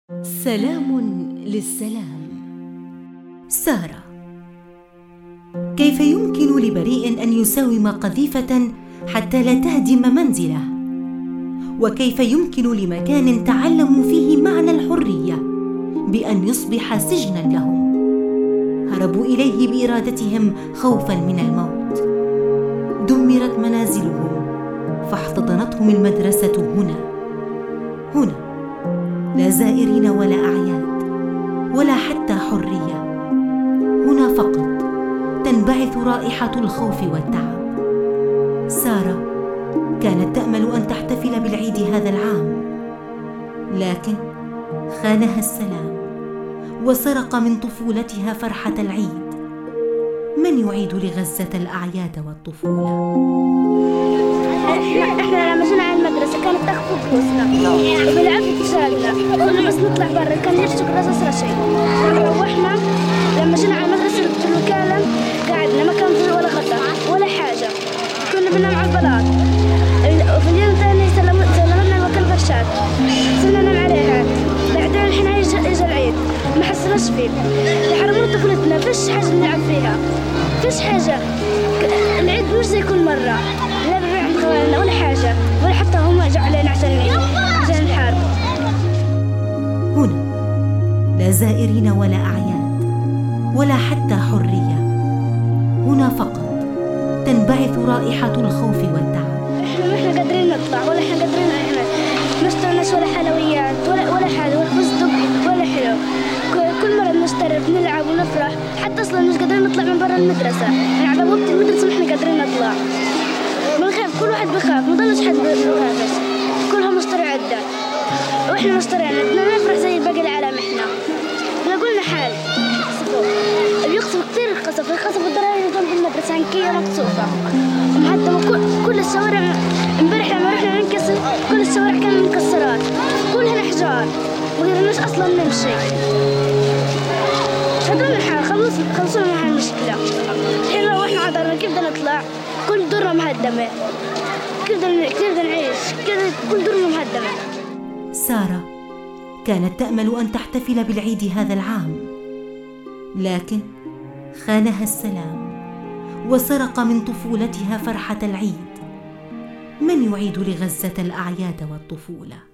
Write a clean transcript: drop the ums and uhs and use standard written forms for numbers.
سلام للسلام. سارة. كيف يمكن لبريء أن يساوم قذيفة حتى لا تهدم منزله؟ وكيف يمكن لمكان تعلموا فيه معنى الحرية بأن يصبح سجناً لهم؟ هربوا إليه بإرادتهم خوفاً من الموت. دمرت منازلهم فاحتضنتهم المدرسة هنا لا زائرين ولا أعياد ولا حتى حرية. هنا فقط تنبعث رائحة الخوف والتعب. سارة كانت تأمل أن تحتفل بالعيد هذا العام، لكن خانها السلام وسرق من طفولتها فرحة العيد. من يعيد لغزة الأعياد والطفولة؟ احنا لما جينا على المدرسة كانت تاخذ فلوسنا وبالعافية تشاركنا، كنا بس نطلع برا كان يرشق رصاص رشيد. روحنا لما جينا على المدرسة في الوكالة قعدنا ما كان فيه ولا غدا ولا حاجة، كنا بننام على البلاط. وفي اليوم الثاني سلمنا الوكالة فرشات صرنا ننام عليها. بعدين الحين اجى العيد ما حسناش فيه، حرمنا طفولتنا فيش حاجة نلعب فيها، فيش حاجة. العيد مش زي كل مرة، لا بنروح عند خوالنا ولا حاجة، ولا حتى هم جوا علينا عشان العيد عشان الحرب. هنا لا زائرين ولا أعياد ولا حتى حرية. هنا فقط تنبعث رائحة الخوف والتعب. احنا ما احنا قادرين نطلع ولا احنا قادرين ما اشتريناش ولا حلويات ولا حاجة ولا فستق ولا حلو. كل مرة بنشتري بنلعب ونفرح، حتى اصلا مش قادرين نطلع من برا المدرسة، يعني على وقت المدرسة ما احنا قادرين نطلع. بنخاف، كل واحد بخاف، ما ضلش حد بخافش، كلهم اشتروا عدة واحنا ما اشترينا. بدنا نفرح زي باقي العالم. احنا قلنا حال بيقصفوا كثير، القصف الضرايب جنب المدرسة عنكية مقصوفة ومهدمة كل الشوارع. امبارح لما رحنا ننكسر كل الشوارع كانت مكسرات، كلها حجار ما قدرناش اصلا نمشي. هدونا الحال خلصونا من هالمشكلة. الحين لو احنا عذرنا كيف بدنا نطلع؟ كل دورنا مهدمة، كيف بدنا نعيش؟ كل دورنا مهدمة. سارة كانت تأمل أن تحتفل بالعيد هذا العام، لكن خانها السلام وسرق من طفولتها فرحة العيد. من يعيد لغزة الأعياد والطفولة؟